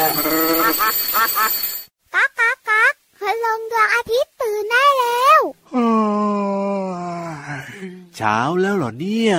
ก๊ากก๊ากก๊ากคืลงดวงอาทิตย์ตื่นได้แล้วเช้าแล้วเหรอเนี่ย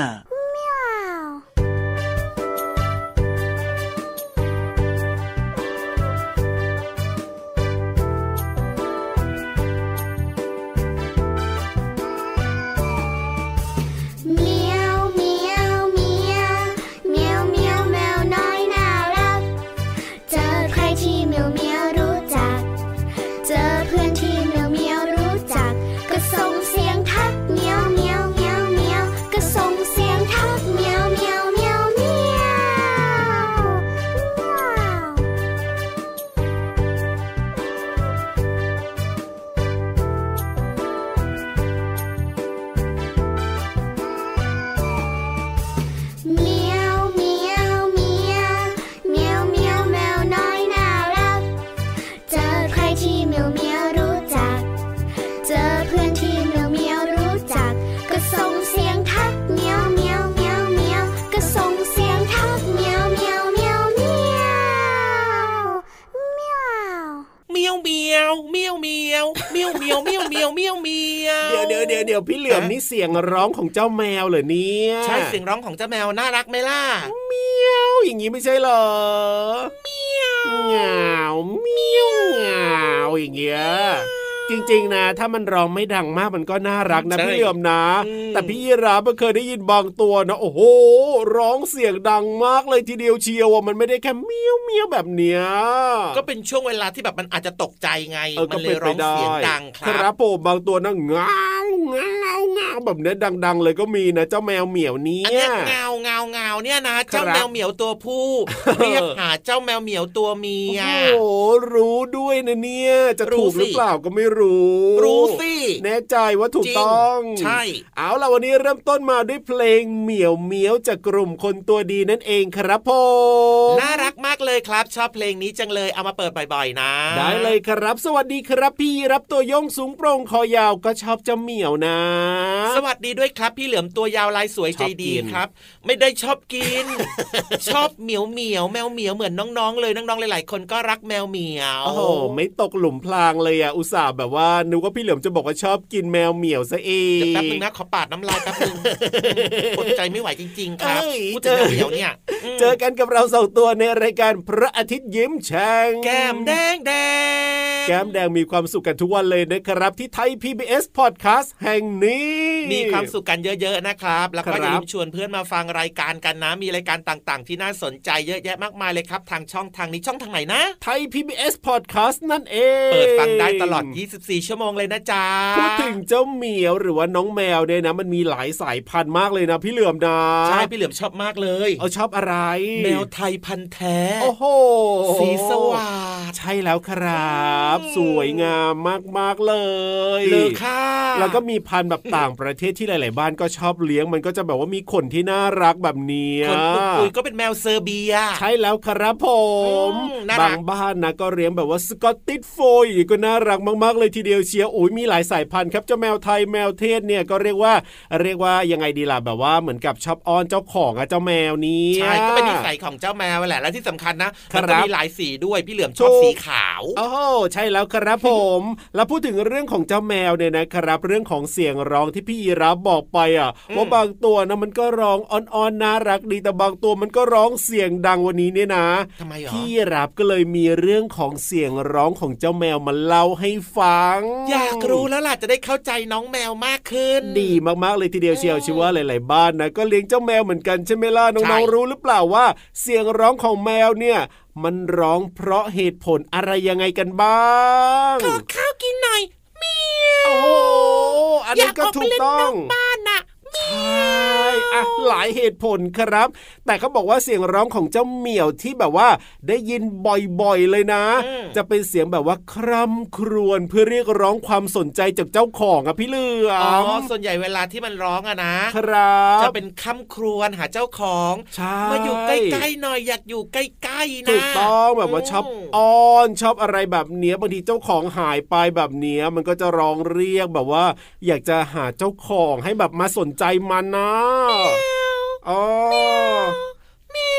เดี๋ยวพี่เหลือมนี่เสียงร้องของเจ้าแมวเหรอเนี่ยใช่เสียงร้องของเจ้าแมวน่ารักไหมล่ะเมียวอย่างนี้ไม่ใช่เหรอเมียวเหงาเมียวเหงาอย่างเงี้ยจริงๆนะถ้ามันร้องไม่ดังมากมันก็น่ารักนะพี่เหลือมนะแต่พี่ยีราฟเคยได้ยินบางตัวนะโอ้โหร้องเสียงดังมากเลยทีเดียวเชียวมันไม่ได้แค่เมียวเมียวแบบเนี้ยก็เป็นช่วงเวลาที่แบบมันอาจจะตกใจไงมันเลยร้องเสียงดังครับผมบางตัวนะเงาแบบเนี้ยดังๆเลยก็มีนะเจ้าแมวเหมียวนี้อันนี้เงาเนี่ยนะเจ้าแมวเหมียวตัวผู้เรียกหาเจ้าแมวเหมียวตัวเมียโอ้โหรู้ด้วยนะเนี่ยจะถูกหรือเปล่าก็ไม่รู้สิแน่ใจว่าถูกต้องใช่เอาล่ะวันนี้เริ่มต้นมาด้วยเพลงเหมียวเมียวจากกลุ่มคนตัวดีนั่นเองครับผมน่ารักมากเลยครับชอบเพลงนี้จังเลยเอามาเปิดบ่อยๆนะได้เลยครับสวัสดีครับพี่รับตัวโยงสูงโปร่งคอยาวก็ชอบเจ้าเหมียวนะสวัสดีด้วยครับพี่เหลือมตัวยาวลายสวยใจดีครับไม่ได้ชอบกิน ชอบเหมียวแมวเหมียวเหมือนน้องๆเลยน้องๆหลายๆคนก็รักแมวเหมียวโอ้โหไม่ตกหลุมพรางเลยอ่ะอุตส่าห์แบบว่านึกว่าพี่เหลือมจะบอกว่าชอบกินแมวเหมียวซะเองแป๊บนึงนะขอปาดน้ำลายแป๊บนึงอดใจไม่ไหวจริงๆครับพูดถึงแมวเหมียวเนี่ยเจอกันกับเราสองตัวในรายการพระอาทิตย์ยิ้มแฉ่งแก้มแดงแก้มแดงมีความสุขกันทุกวันเลยนะครับที่ไทย PBS Podcast แห่งนี้มีความสุขกันเยอะๆนะครับแล้วก็อย่าลืมชวนเพื่อนมาฟังรายการกันนะมีรายการต่างๆที่น่าสนใจเยอะแยะมากมายเลยครับทางช่องทางนี้ช่องทางไหนนะไทย PBS Podcast นั่นเองเปิดฟังได้ตลอด24ชั่วโมงเลยนะจ๊ะพูดถึงเจ้าเหมียวหรือว่าน้องแมวเนี่ยนะมันมีหลายสายพันธุ์มากเลยนะพี่เหลือมนะใช่พี่เหลือมชอบมากเลยชอบอะไรแมวไทยพันธุ์แท้โอ้โหสีสว่างใช่แล้วครับสวยงามมากๆเลยเลยค่ะแล้วก็มีพันธุ์แบบต่างประเทศที่หลายๆบ้านก็ชอบเลี้ยงมันก็จะแบบว่ามีขนที่น่ารักแบบนี้ขนปุยก็เป็นแมวเซอร์เบียใช่แล้วครับผมบางบ้านนะก็เลี้ยงแบบว่าสกอตติชโฟลด์ก็น่ารักมากๆเลยทีเดียวเชียวโอ้ยมีหลายสายพันธุ์ครับเจ้าแมวไทยแมวเทศเนี่ยก็เรียกว่ายังไงดีล่ะแบบว่าเหมือนกับชอบอ้อนเจ้าของอะเจ้าแมวนี้ใช่ก็เป็นนิสัยของเจ้าแมวแหละและที่สำคัญนะมันก็มีหลายสีด้วยพี่เหลือมชอบสีขาวโอ้โหใช่แล้วครับผมแล้วพูดถึงเรื่องของเจ้าแมวเนี่ยนะครับเรื่องของเสียงร้องที่พี่ยีราฟบอกไปว่าบางตัวนะมันก็ร้องอ่อนๆน่ารักดีแต่บางตัวมันก็ร้องเสียงดังวันนี้เนี่ยนะทำไมพี่ยีราฟก็เลยมีเรื่องของเสียงร้องของเจ้าแมวมาเล่าให้ฟังอยากรู้แล้วล่ะจะได้เข้าใจน้องแมวมากขึ้นดีมากๆเลยทีเดียวเชียวชื่อว่าหลายๆบ้านนะก็เลี้ยงเจ้าแมวเหมือนกันใช่ไหมล่ะน้องๆรู้หรือเปล่าว่าเสียงร้องของแมวเนี่ยมันร้องเพราะเหตุผลอะไรยังไงกันบ้างขอข้าวกินหน่อยเมียวโอ้อันนี้ก็ถูกต้องบ้านน่ะใช่หลายเหตุผลครับแต่เขาบอกว่าเสียงร้องของเจ้าเหมียวที่แบบว่าได้ยินบ่อยๆเลยนะจะเป็นเสียงแบบว่าคร่ำครวญเพื่อเรียกร้องความสนใจจากเจ้าของพี่เหลือมส่วนใหญ่เวลาที่มันร้องนะครับจะเป็นคร่ำครวญหาเจ้าของมาอยู่ใกล้ๆหน่อยอยากอยู่ใกล้ๆนะถูกต้องแบบว่าชอบอ้อนชอบอะไรแบบเนี้ยบางทีเจ้าของหายไปแบบเนี้ยมันก็จะร้องเรียกแบบว่าอยากจะหาเจ้าของให้แบบมาสนใจมันนะอ๋อ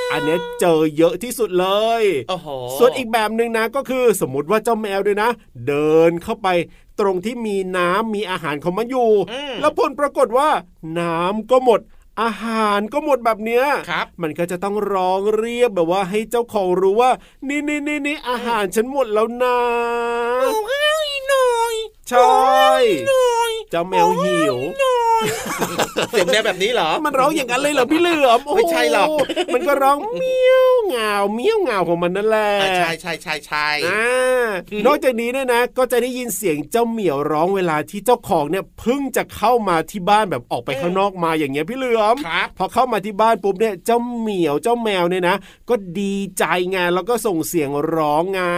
อันนี้เจอเยอะที่สุดเลยส่วนอีกแบบนึงนะก็คือสมมติว่าเจ้าแมวด้วยนะเดินเข้าไปตรงที่มีน้ำมีอาหารของมันอยู่แล้วผลปรากฏว่าน้ำก็หมดอาหารก็หมดแบบเนี้ยมันก็จะต้องร้องเรียกแบบว่าให้เจ้าของรู้ว่านี่อาหารฉันหมดแล้วนะใช่เจ้าแมวหิวเสียงแมวแบบนี้เหรอมันร้องอย่างนั้นเลยเหรอพี่เหลือมไม่ใช่หรอกมันก็ร้องเมี้ยวเหงาเมี้ยวเหงาของมันนั่นแหละใช่นอกจากนี้เนี่ยนะก็จะได้ยินเสียงเจ้าเหมียวร้องเวลาที่เจ้าของเนี่ยเพิ่งจะเข้ามาที่บ้านแบบออกไปข้างนอกมาอย่างเงี้ยพี่เหลือมพอเข้ามาที่บ้านปุ๊บเนี่ยเจ้าเหมียวเจ้าแมวเนี่ยนะก็ดีใจไงแล้วก็ส่งเสียงร้องไง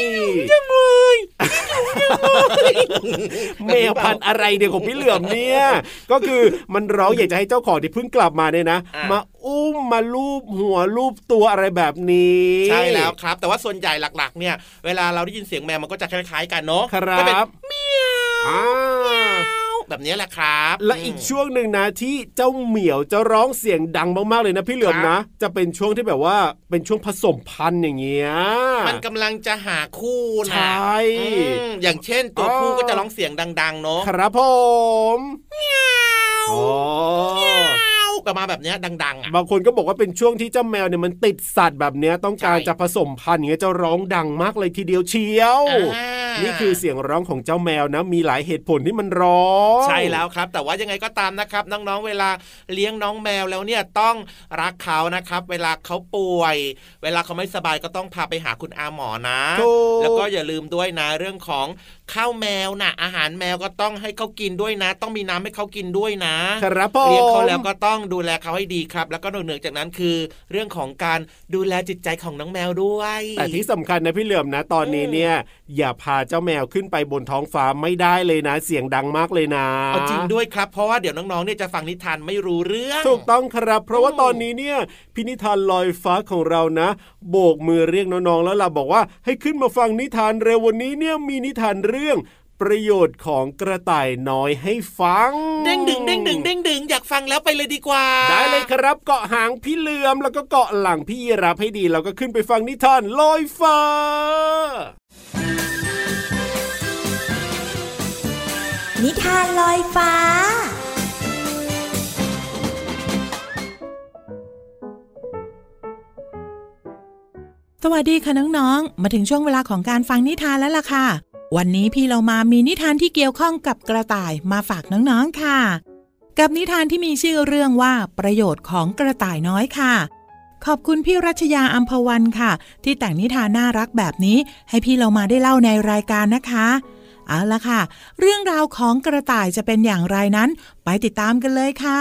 แมวพันธุ์อะไรเนี่ยของพี่เหลือมเนี่ยก็คือมันร้องอยากจะให้เจ้าของที่เพิ่งกลับมาเนี่ยนะมาอุ้มมาลูบหัวลูบตัวอะไรแบบนี้ใช่แล้วครับแต่ว่าส่วนใหญ่หลักๆเนี่ยเวลาเราได้ยินเสียงแมวมันก็จะคล้ายๆกันเนาะครับเมียวแบบนี้แหละครับและอีกช่วงหนึ่งนะที่เจ้าเหมียวจะร้องเสียงดังมากๆเลยนะพี่เหลือมนะจะเป็นช่วงที่แบบว่าเป็นช่วงผสมพันธุ์อย่างเงี้ยมันกำลังจะหาคู่นะใช่อย่างเช่นตัวผู้ก็จะร้องเสียงดังๆเนาะครับผมเมียวประมาณแบบนี้ดังๆอ่ะบางคนก็บอกว่าเป็นช่วงที่เจ้าแมวเนี่ยมันติดสัตว์แบบเนี้ยต้องการจะผสมพันธุ์อย่างเงี้ยจะร้องดังมากเลยทีเดียวเชียวนี่คือเสียงร้องของเจ้าแมวนะมีหลายเหตุผลที่มันร้องใช่แล้วครับแต่ว่ายังไงก็ตามนะครับน้องๆเวลาเลี้ยงน้องแมวแล้วเนี่ยต้องรักเขานะครับเวลาเขาป่วยเวลาเขาไม่สบายก็ต้องพาไปหาคุณอาหมอนะแล้วก็อย่าลืมด้วยนะเรื่องของข้าวแมวนะอาหารแมวก็ต้องให้เขากินด้วยนะต้องมีน้ำให้เขากินด้วยนะครับเลี้ยงเขาแล้วก็ต้องดูแลเขาให้ดีครับแล้วก็นอกเหนือจากนั้นคือเรื่องของการดูแลจิตใจของน้องแมวด้วยแต่ที่สำคัญนะพี่เหลือมนะตอนนี้เนี่ยอย่าพาเจ้าแมวขึ้นไปบนท้องฟ้าไม่ได้เลยนะเสียงดังมากเลยนะจริงด้วยครับเพราะว่าเดี๋ยวน้องๆเนี่ยจะฟังนิทานไม่รู้เรื่องถูกต้องครับเพราะว่าตอนนี้เนี่ยพี่นิทานลอยฟ้าของเรานะโบกมือเรียกน้องๆแล้วล่ะบอกว่าให้ขึ้นมาฟังนิทานเร็ววันนี้เนี่ยมีนิทานเรื่องประโยชน์ของกระต่ายน้อยให้ฟังเด้งดึงเด้งดึงเด้งดึงอยากฟังแล้วไปเลยดีกว่าได้เลยครับเกาะหางพี่เหลือมแล้วก็เกาะหลังพี่ยีราฟให้ดีแล้วก็ขึ้นไปฟังนิทานลอยฟ้านิทานลอยฟ้าสวัสดีค่ะน้องๆมาถึงช่วงเวลาของการฟังนิทานแล้วล่ะค่ะวันนี้พี่เรามามีนิทานที่เกี่ยวข้องกับกระต่ายมาฝากน้องๆค่ะกับนิทานที่มีชื่อเรื่องว่าประโยชน์ของกระต่ายน้อยค่ะขอบคุณพี่รัชยาอัมพวันค่ะที่แต่งนิทานน่ารักแบบนี้ให้พี่เรามาได้เล่าในรายการนะคะเอาล่ะค่ะเรื่องราวของกระต่ายจะเป็นอย่างไรนั้นไปติดตามกันเลยค่ะ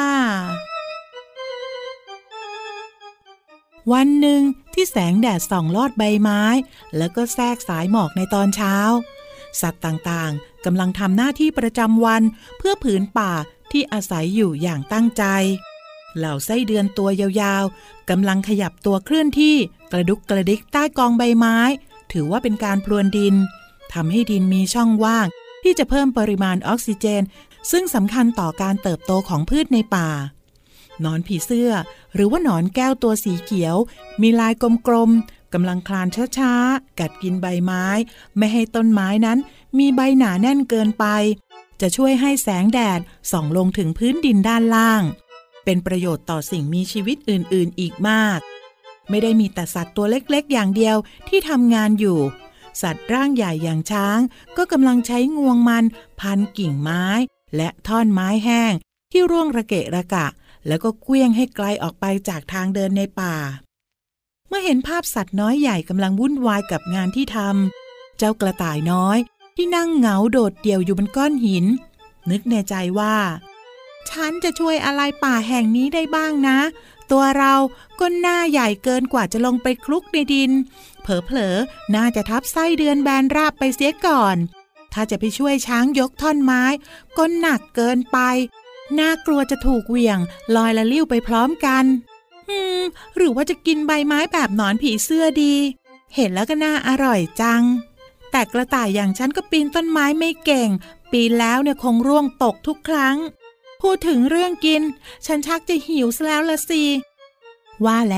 วันหนึ่งที่แสงแดดส่องลอดใบไม้แล้วก็แทรกสายหมอกในตอนเช้าสัตว์ต่างๆกำลังทำหน้าที่ประจำวันเพื่อผืนป่าที่อาศัยอยู่อย่างตั้งใจเหล่าไส้เดือนตัวยาวๆกำลังขยับตัวเคลื่อนที่กระดุกกระดิกใต้กองใบไม้ถือว่าเป็นการพรวนดินทำให้ดินมีช่องว่างที่จะเพิ่มปริมาณออกซิเจนซึ่งสำคัญต่อการเติบโตของพืชในป่าหนอนผีเสื้อหรือว่าหนอนแก้วตัวสีเขียวมีลายกลมๆกำลังคลานช้าๆกัดกินใบไม้ไม่ให้ต้นไม้นั้นมีใบหนาแน่นเกินไปจะช่วยให้แสงแดดส่องลงถึงพื้นดินด้านล่างเป็นประโยชน์ต่อสิ่งมีชีวิตอื่นๆอีกมากไม่ได้มีแต่สัตว์ตัวเล็กๆอย่างเดียวที่ทำงานอยู่สัตว์ร่างใหญ่อย่างช้างก็กำลังใช้งวงมันพันกิ่งไม้และท่อนไม้แห้งที่ร่วงระเกะระกะแล้วก็เคลื่องให้ไกลออกไปจากทางเดินในป่าเมื่อเห็นภาพสัตว์น้อยใหญ่กำลังวุ่นวายกับงานที่ทำเจ้ากระต่ายน้อยที่นั่งเหงาโดดเดี่ยวอยู่บนก้อนหินนึกในใจว่าฉันจะช่วยอะไรป่าแห่งนี้ได้บ้างนะตัวเราก็หน้าใหญ่เกินกว่าจะลงไปคลุกในดินเผลอๆน่าจะทับไส้เดือนแบนราบไปเสียก่อนถ้าจะไปช่วยช้างยกท่อนไม้ก็หนักเกินไปน่ากลัวจะถูกเหวี่ยงลอยละลิ้วไปพร้อมกันหรือว่าจะกินใบไม้แบบหนอนผีเสื้อดีเห็นแล้วก็น่าอร่อยจังแต่กระต่ายอย่างฉันก็ปีนต้นไม้ไม่เก่งปีนแล้วเนี่ยคงร่วงตกทุกครั้งพูดถึงเรื่องกินฉันชักจะหิวซะแล้วละสิว่าแล้ว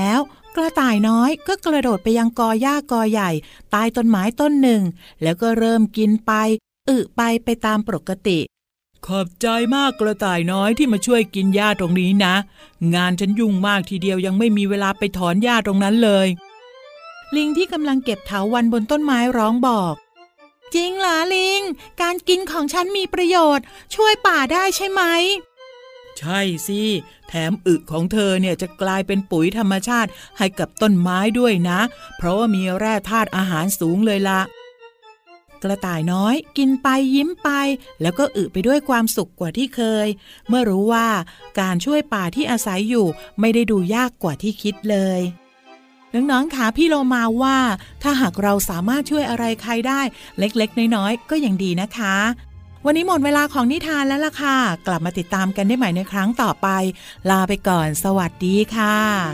กระต่ายน้อยก็กระโดดไปยังกอหญ้ากอใหญ่ใต้ต้นไม้ต้นหนึ่งแล้วก็เริ่มกินไปไปตามปกติขอบใจมากกระต่ายน้อยที่มาช่วยกินหญ้าตรงนี้นะงานฉันยุ่งมากทีเดียวยังไม่มีเวลาไปถอนหญ้าตรงนั้นเลยลิงที่กำลังเก็บเถาวัลย์บนต้นไม้ร้องบอกจริงเหรอลิงการกินของฉันมีประโยชน์ช่วยป่าได้ใช่ไหมใช่สิแถมของเธอเนี่ยจะกลายเป็นปุ๋ยธรรมชาติให้กับต้นไม้ด้วยนะเพราะว่ามีแร่ธาตุอาหารสูงเลยละกระต่ายน้อยกินไปยิ้มไปแล้วก็ไปด้วยความสุขกว่าที่เคยเมื่อรู้ว่าการช่วยป่าที่อาศัยอยู่ไม่ได้ดูยากกว่าที่คิดเลยน้องๆค่ะพี่โลมาว่าถ้าหากเราสามารถช่วยอะไรใครได้เล็กๆน้อยๆก็ยังดีนะคะวันนี้หมดเวลาของนิทานแล้วล่ะค่ะกลับมาติดตามกันได้ใหม่ในครั้งต่อไปลาไปก่อนสวัสดีค่ะ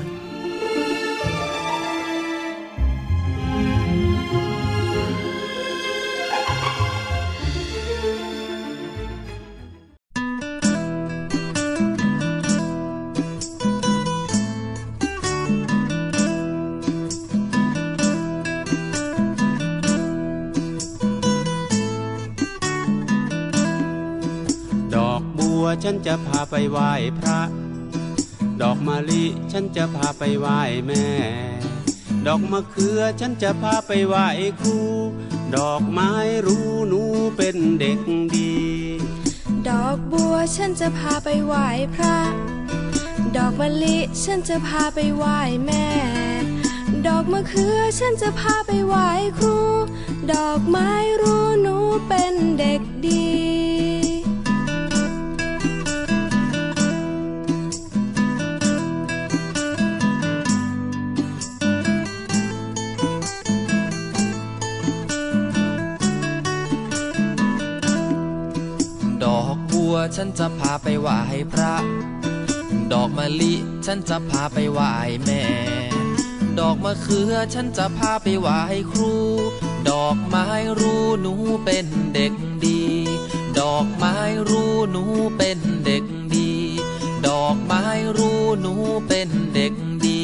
ฉันจะพาไปไหว้พระดอกมะลิฉันจะพาไปไหว้แม่ดอกมะเขือฉันจะพาไปไหว้ครูดอกไม้รู้หนูเป็นเด็กดีดอกบัวฉันจะพาไปไหว้พระดอกมะลิฉันจะพาไปไหว้แม่ดอกมะเขือฉันจะพาไปไหว้ครูดอกไม้รู้หนูเป็นเด็กดีฉันจะพาไปไหว้พระดอกมะลิฉันจะพาไปไหว้แม่ดอกมะเขือฉันจะพาไปไหว้ครูดอกไม้รู้หนูเป็นเด็กดีดอกไม้รู้หนูเป็นเด็กดีดอกไม้รู้หนูเป็นเด็กดี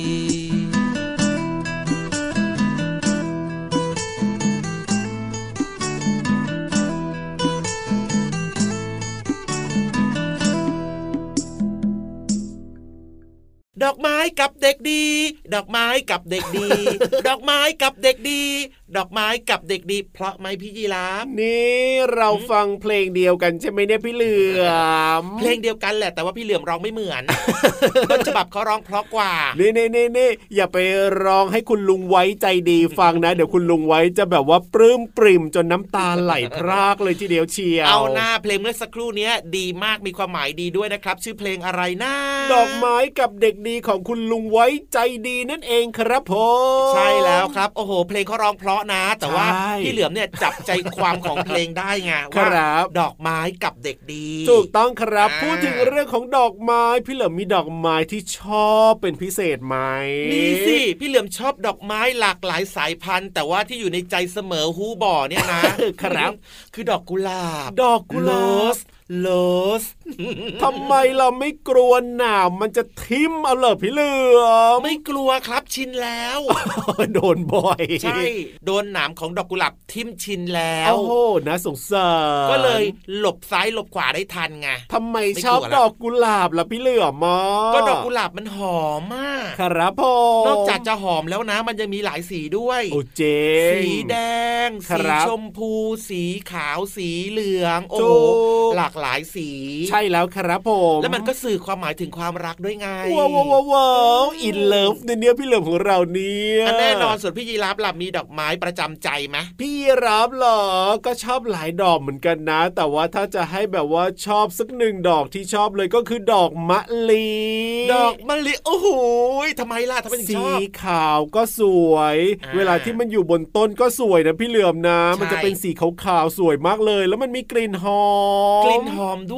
ดอกไม้กับเด็กดีดอกไม้กับเด็กดีดอกไม้กับเด็กดีดอกไม้กับเด็กดีเพราะไหมพี่ยีราฟนี่เราฟังเพลงเดียวกันใช่ไหมเนี่ยพี่เหลือมเพลงเดียวกันแหละแต่ว่าพี่เหลือมร้องไม่เหมือนต้นฉบับเขาร้องเพราะกว่านี่อย่าไปร้องให้คุณลุงไว้ใจดีฟังนะเดี๋ยวคุณลุงไว้จะแบบว่าปลื้มปริ่มจนน้ำตาไหลพรากเลยทีเดียวเชียวเอาหน้าเพลงเมื่อสักครู่นี้ดีมากมีความหมายดีด้วยนะครับชื่อเพลงอะไรนะดอกไม้กับเด็กดีของคุณลุงไว้ใจดีนั่นเองครับผมใช่แล้วครับโอ้โหเพลงเขาร้องเพราะนะแต่ว่าพี่เหลือมเนี่ยจับใจความของเพลงได้ไงว่าดอกไม้กับเด็กดีถูกต้องครับพูดถึงเรื่องของดอกไม้พี่เหลือมมีดอกไม้ที่ชอบเป็นพิเศษไหมมีสิพี่เหลือมชอบดอกไม้หลากหลายสายพันธุ์แต่ว่าที่อยู่ในใจเสมอฮู้บ่อเนี่ยนะครับคือดอกกุหลาบดอกกุหลาบโลสทำไมเราไม่กลัวหนามมันจะทิ่มเอาเหรอพี่เหลือมไม่กลัวครับชินแล้วโดนบ่อยใช่โดนหนามของดอกกุหลาบทิ่มชินแล้วโอ้โหน่าสงสารก็เลยหลบซ้ายหลบขวาได้ทันไงทำไมชอบดอกกุหลาบล่ะพี่เหลือมก็ดอกกุหลาบมันหอมมากครับพ่อนอกจากจะหอมแล้วนะมันยังมีหลายสีด้วยโอ้เจสีแดงสีชมพูสีขาวสีเหลืองโอ้โหหลากหลายสีใช่แล้วครับผมแล้วมันก็สื่อความหมายถึงความรักด้วยไงว้าวอินเลิฟในเนี้ยพี่เหลือมของเราเนี่ยแน่นอนส่วนพี่ยีราฟล่ะมีดอกไม้ประจำใจไหมพี่ยีราฟเหรอก็ชอบหลายดอกเหมือนกันนะแต่ว่าถ้าจะให้แบบว่าชอบสักหนึ่งดอกที่ชอบเลยก็คือดอกมะลิดอกมะลิโอ้โหทำไมล่ะทำไมถึงชอบสีขาวก็สวยเวลาที่มันอยู่บนต้นก็สวยนะพี่เหลือมนะมันจะเป็นสีขาวๆสวยมากเลยแล้วมันมีกลิ่นหอมกลิ่นหอมด้วยที่ส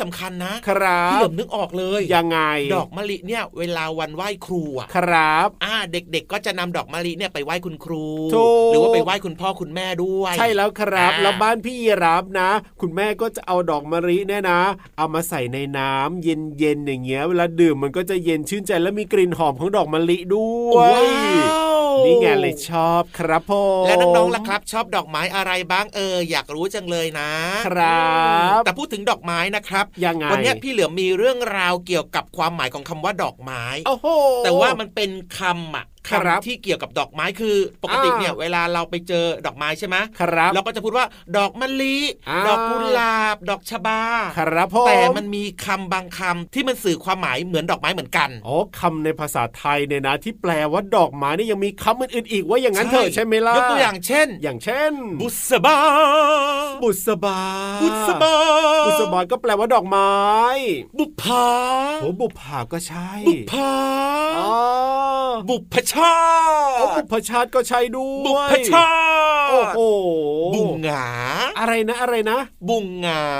ำคัญนะครับพี่เหลิมนึกออกเลยยังไงดอกมะลิเนี่ยเวลาวันไหว้ครูอ่ะครับเด็กๆก็จะนำดอกมะลิเนี่ยไปไหว้คุณครูหรือว่าไปไหว้คุณพ่อคุณแม่ด้วยใช่แล้วครับแล้วบ้านพี่ยีรับนะคุณแม่ก็จะเอาดอกมะลิเนี่ยนะเอามาใส่ในน้ำเย็นๆอย่างเงี้ยเวลาดื่มมันก็จะเย็นชื่นใจและมีกลิ่นหอมของดอกมะลิด้วยนี่ไงเลยชอบครับพ่อและน้องๆล่ะครับชอบดอกไม้อะไรบ้างอยากรู้จังเลยนะครับแต่พูดถึงดอกไม้นะครับยังไงวันนี้พี่เหลือมีเรื่องราวเกี่ยวกับความหมายของคำว่าดอกไม้แต่ว่ามันเป็นคำที่เกี่ยวกับดอกไม้คือปกติเนี่ยเวลาเราไปเจอดอกไม้ใช่ไหมเราก็จะพูดว่าดอกมะลิดอกกุหลาบดอกชบาแต่มันมีคำบางคำที่มันสื่อความหมายเหมือนดอกไม้เหมือนกันคำในภาษาไทยเนี่ยนะที่แปลว่าดอกไม้นี่ยังมีคำอื่นๆอีกว่าอย่างนั้นเถอะใช่ไหมล่ะยกตัวอย่างเช่นบุษบาบุษบาก็แปลว่าดอกไม้บุพาบุพาก็ใช่บุพาบุพชาบุพชาติก็ใช่ด้วยบุพชาโอ้โหบุงงาอะไรนะบุงงา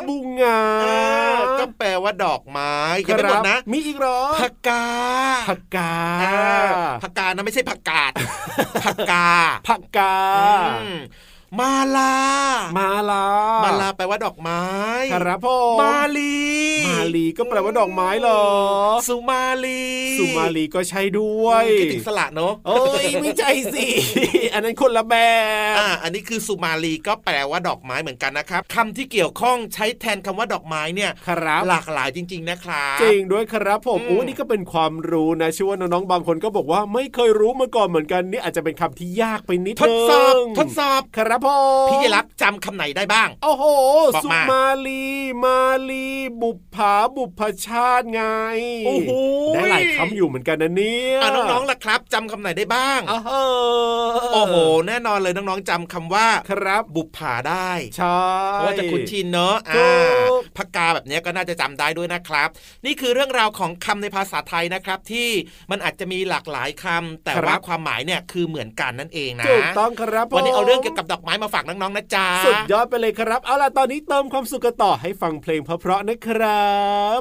ก็แปลว่าดอกไม้ยังไม่หมดนะมีอีกเหรอผักกาผักกานะไม่ใช่ผักกาดผักกามาลาแปลว่าดอกไม้ครับพ่อมาลีก็แปลว่าดอกไม้เหรอสุมาลีก็ใช่ด้วยคิดถึงสละเนาะไม่ใช่สิอันนั้นคนละแบบอันนี้คือสุมาลีก็แปลว่าดอกไม้เหมือนกันนะครับคำที่เกี่ยวข้องใช้แทนคำว่าดอกไม้เนี่ยหลากหลายจริงๆนะครับจริงด้วยครับผมนี่ก็เป็นความรู้นะเชื่อว่าน้องๆบางคนก็บอกว่าไม่เคยรู้มาก่อนเหมือนกันนี่อาจจะเป็นคำที่ยากไปนิดนึงทดสอบครับพี่จะรับจำคำไหนได้บ้างโอ้โหสุมาลีบุพผาบุพชาติไงโอ้โหได้หลายคำอยู่เหมือนกันนะเนี่ยน้องๆล่ะครับจำคำไหนได้บ้างโอ้โหแน่นอนเลยน้องๆจำคำว่าครับบุพผาได้ใช่เพราะว่าจะคุ้นชินเนอะผักกาแบบนี้ก็น่าจะจำได้ด้วยนะครับนี่คือเรื่องราวของคำในภาษาไทยนะครับที่มันอาจจะมีหลากหลายคำแต่ว่าความหมายเนี่ยคือเหมือนกันนั่นเองนะถูกต้องครับวันนี้เอาเรื่องเกี่ยวกับดอกไม้มาฝากน้องๆนะจ๊ะสุดยอดไปเลยครับเอาล่ะตอนนี้เติมความสุขกันต่อให้ฟังเพลงเพราะๆนะครับ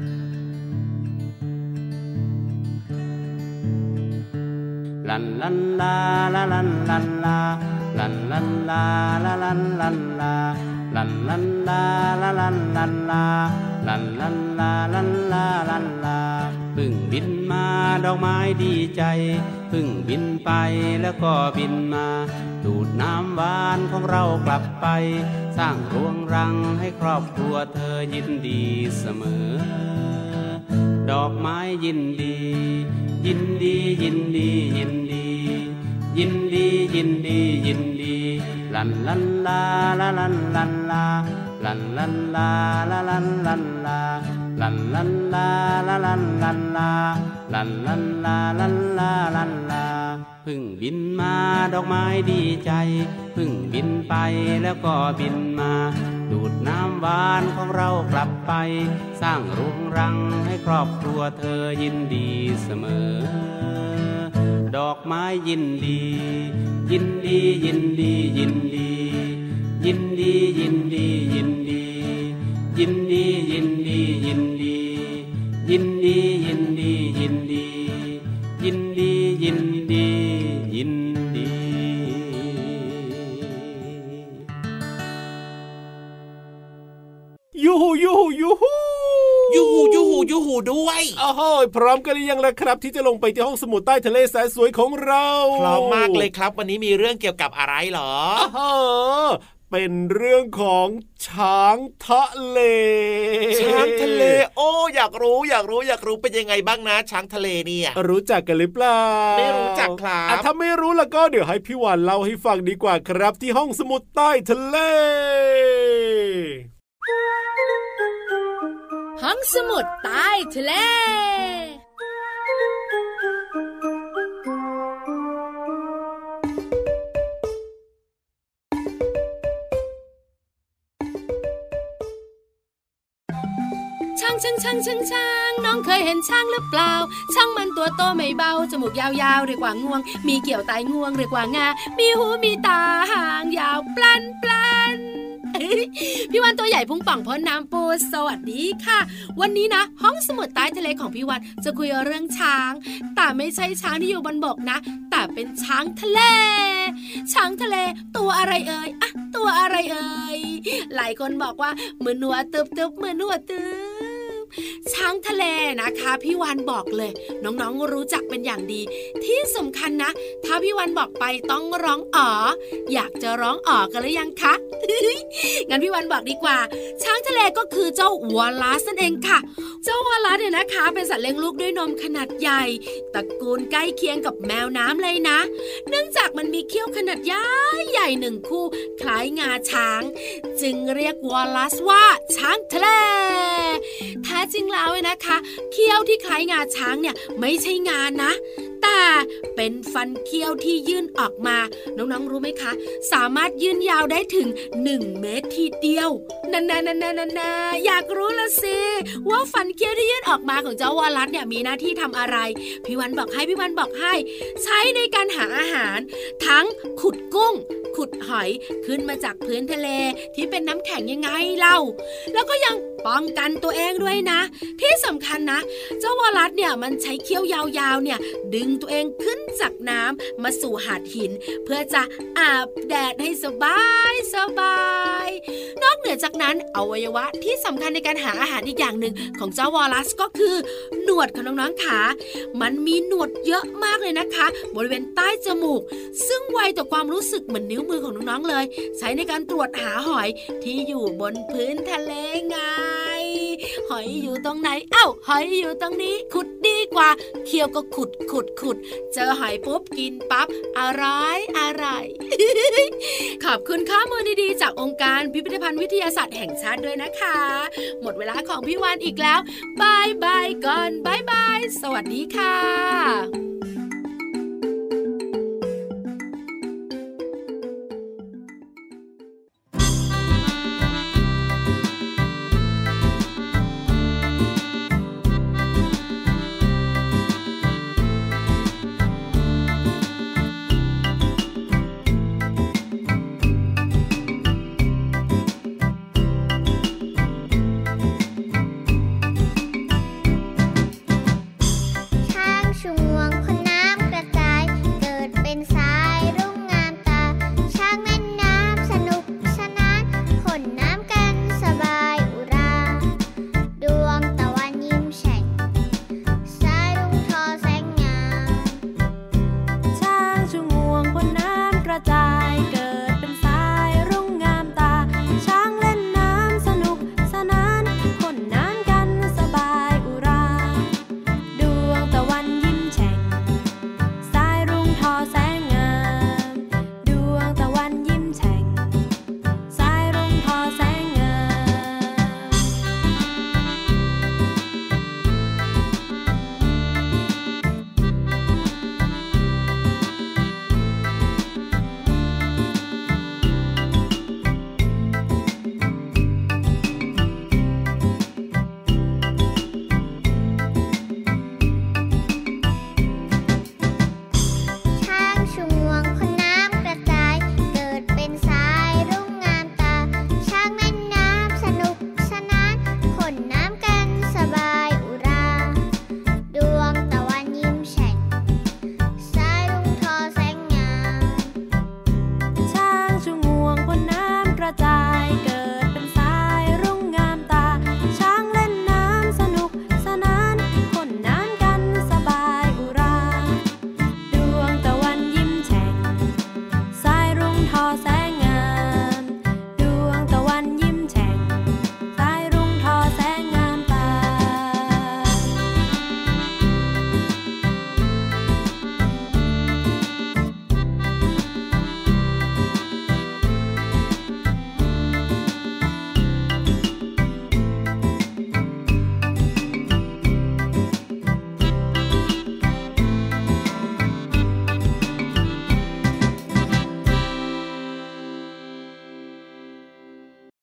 ลันลันลาลาลันลันลาลันลันลาลาลันลันลาลันลันลาลาลันลันลาลันลันลาลันลาลันลาพึ่งบินมาดอกไม้ดีใจพึ่งบินไปแล้วก็บินมาดูดน้ำหวานของเรากลับไปสร้างรวงรังให้ครอบครัวเธอยินดีเสมอดอกไม้ยินดียินดียินดียินดียินดียินดียินดีลันลันลาลาลันลันลาลันลันลาลาลันลันลาลันลันลาลาลันลันลาลันลันลาลันลาลันลาพึ่งบินมาดอกไม้ดีใจพึ่งบินไปแล้วก็บินมาดูดน้ำหวานของเรากลับไปสร้างรวงรังให้ครอบครัวเธอยินดีเสมอดอกไม้ยินดียินดียินดียินดียินดียินดียินดียินดียินดียินดียินดียินดียินดียินดียินดียินดียูฮูยูฮูยูฮูยูฮูยูฮูยูฮูด้วยโอ้โหพร้อมกันหรือยังล่ะครับที่จะลงไปที่ห้องสมุดใต้ทะเลแสนสวยของเราพร้อมมากเลยครับวันนี้มีเรื่องเกี่ยวกับอะไรเหรอเป็นเรื่องของช้างทะเลโอ้อยากรู้เป็นยังไงบ้างนะช้างทะเลเนี่ยรู้จักกันหรือเปล่าไม่รู้จักครับถ้าไม่รู้แล้วก็เดี๋ยวให้พี่วานเล่าให้ฟังดีกว่าครับที่ห้องสมุดใต้ทะเลห้องสมุดใต้ทะเลช่างน้องเคยเห็นช้างหรือเปล่าช้างมันตัวโตไม่เบาจมูกยาวๆเรียกว่างวงมีเกี่ยวไตงวงเรียกว่างามีหูมีตาหางยาวปลันพี่วันตัวใหญ่พุงป่องพ้นน้ำปูสวัสดีค่ะวันนี้นะห้องสมุดใต้ทะเลของพี่วันจะคุยเรื่องช้างแต่ไม่ใช่ช้างที่อยู่บนบกนะแต่เป็นช้างทะเลช้างทะเลตัวอะไรเอ่ยอะตัวอะไรเอ่ยหลายคนบอกว่าเหมือนหนวดตึบเหมือนหนวดตึบช้างทะเลนะคะพี่วันบอกเลยน้องๆรู้จักเป็นอย่างดีที่สำคัญนะถ้าพี่วันบอกไปต้องร้องอ๋ออยากจะร้องอ๋อกันหรือยังคะ งั้นพี่วันบอกดีกว่าช้างทะเลก็คือเจ้าวอลลัสนั่นเองค่ะเจ้าวอลลัสเนี่ยนะคะเป็นสัตว์เลี้ยงลูกด้วยนมขนาดใหญ่ตระกูลใกล้เคียงกับแมวน้ำเลยนะเนื่องจากมันมีเขี้ยวขนาดใหญ่หนึ่งคู่คล้ายงาช้างจึงเรียกวอลลัสว่าช้างทะเลแท้จริงแล้วนะคะเขี้ยวที่คล้ายงาช้างเนี่ยไม่ใช่งานะแต่เป็นฟันเขี้ยวที่ยื่นออกมาน้องๆรู้ไหมคะสามารถยื่นยาวได้ถึง1 เมตรทีเดียวนั่นอยากรู้ละสิว่าฟันเขี้ยวที่ยื่นออกมาของเจ้าวอลลัสเนี่ยมีหน้าที่ทำอะไรพี่วันบอกให้ใช้ในการหาอาหารทั้งขุดกุ้งขุดหอยขึ้นมาจากพื้นทะเลที่เป็นน้ำแข็งยังไงเล่าแล้วก็ยังป้องกันตัวเองด้วยนะที่สำคัญนะเจ้าวอลลัสเนี่ยมันใช้เขี้ยวยาวๆเนี่ยดึงตัวเองขึ้นจากน้ำมาสู่หาดหินเพื่อจะอาบแดดให้สบายนอกเหนือจากนั้นอวัยวะที่สำคัญในการหาอาหารอีกอย่างหนึ่งของเจ้าวอลลัสก็คือหนวดของน้องๆขามันมีหนวดเยอะมากเลยนะคะบริเวณใต้จมูกซึ่งไวต่อความรู้สึกเหมือนนิ้วมือของน้องๆเลยใช้ในการตรวจหาหอยที่อยู่บนพื้นทะเลไงหอยอยู่ตรงไหนหอยอยู่ตรงนี้ขุดดีกว่าเคี้ยวก็ขุดเจอหอยปุ๊บกินปั๊บอร่อย ขอบคุณข้อมูลดีๆจากองค์การพิพิธภัณฑ์วิทยาศาสตร์แห่งชาติด้วยนะคะหมดเวลาของพี่วานอีกแล้วบายก่อนบายสวัสดีค่ะช้างชงวงพ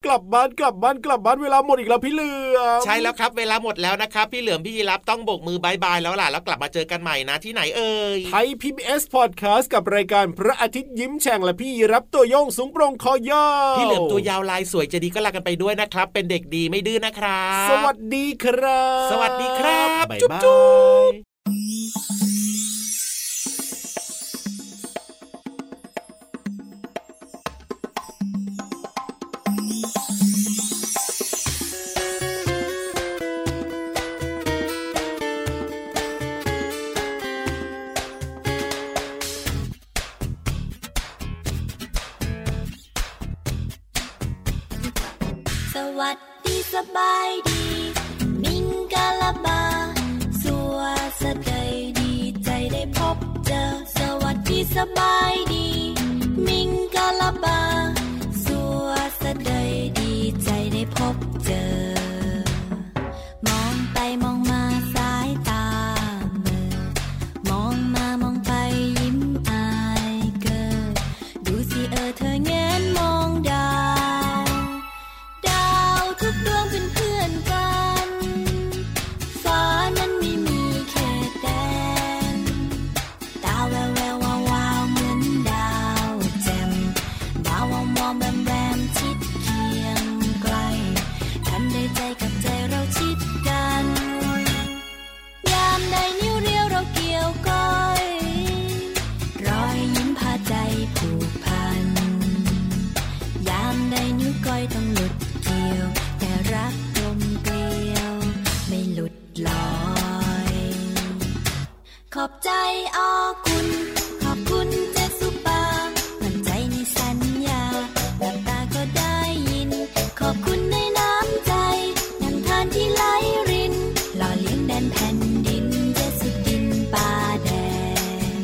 กลับบ้านเวลาหมดอีกแล้วพี่เหลือมใช่แล้วครับเวลาหมดแล้วนะครับพี่เหลือมพี่ยีรับต้องโบกมือบายบายแล้วล่ะแล้วกลับมาเจอกันใหม่นะที่ไหนเอ่ยไทย PBS Podcast กับรายการพระอาทิตย์ยิ้มแฉ่งและพี่ยีรับตัวโยงสูงโปร่งคอยาวพี่เหลือมตัวยาวลายสวยจะดีก็ลากันไปด้วยนะครับเป็นเด็กดีไม่ดื้อนะครับสวัสดีครับสวัสดีครับจุ๊บสวัสดีสบายดีมิงกะลาบาสัวสะใดดีใจได้พบเจอสวัสดีสบายดีมิงกะลาบาสัวสะใดดีใจได้พบเจอมองไปมองมาสายตาเมื่อมองมามองไปยิ้มอายเกิดดูสิเธอแงนมองดาวทุกดวงเป็นเพื่อนกันฟ้านั้นไม่มีเขตแดนตาแววแวววาวเหมือนดาวแจ่มดาวมองแบมแบมชิดเคียงไกลทันได้ใจกับใจเราชิดกันยามใดนิ้วเรียวเราเกี่ยวก้อยรอยยิ้มพาใจผูกพันยามใดนิ้วก้อยต้องหลุดเกี่ยวแต่รักกลมเกลียวไม่หลุดลอยขอบใจอ้อคุณขอบคุณเจสุปามั่นใจในสัญญาหลับตาก็ได้ยินขอบคุณในน้ำใจน้ำทานที่ไหลรินหล่อเลี้ยงแดนแผ่นดินเจสุดินป่าแดง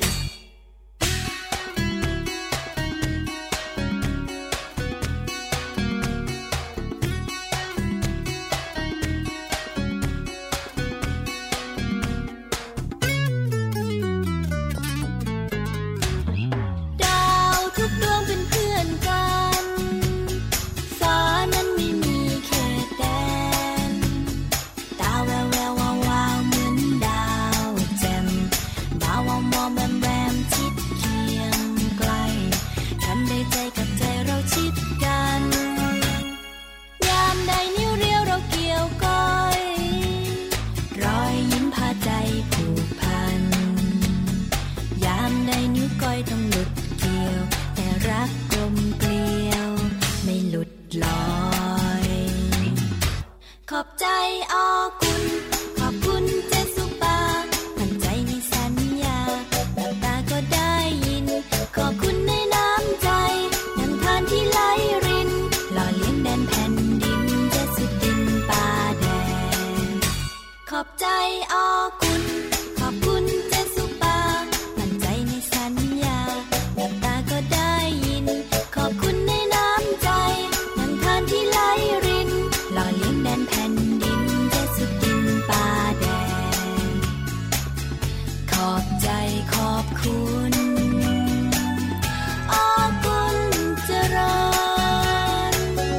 ทุกดวงเป็นเพื่อนกันฟ้านั้นไม่มีเขตแดนตาแววแวววาวเหมือนดาวแจ่มดาวมองแบมแบมชิดเคียงไกลทำได้ใจกับใจเราชิดกันยามใดนิ้วเรียวเราเกี่ยวก้อยรอยยิ้มพาใจผูกพันยามใดนิ้วก้อยต้องหลุดเกี่ยวแต่รักกลมเกลียวไม่หลุดลอยขอบใจอ้อคุณขอบคุณเจสุปามั่นใจในสัญญาหลับตาก็ได้ยินขอบคุณในน้ำใจน้ำทานที่ไหลรินหล่อเลี้ยงแดนแผ่นดินเจสุดินป่าแดงขอบใจอ้อคุณขอบคุณเจสุปามั่นใจในสัญญาหลับตาก็ได้ยินขอบคุณในน้ำใจน้ำทานที่ไหลรินหล่อเลี้ยงแดนแผ่นดินเจสุดินป่าแดงขอบใจขอบคุณอ้อคุณเจริญ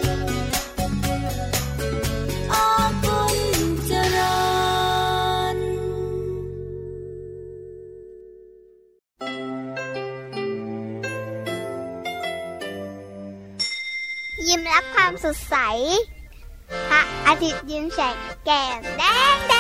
อ้อคุณเจริญยิ้มรับความสดใสพระอาทิตย์ยิ้มแฉกแก้มแดง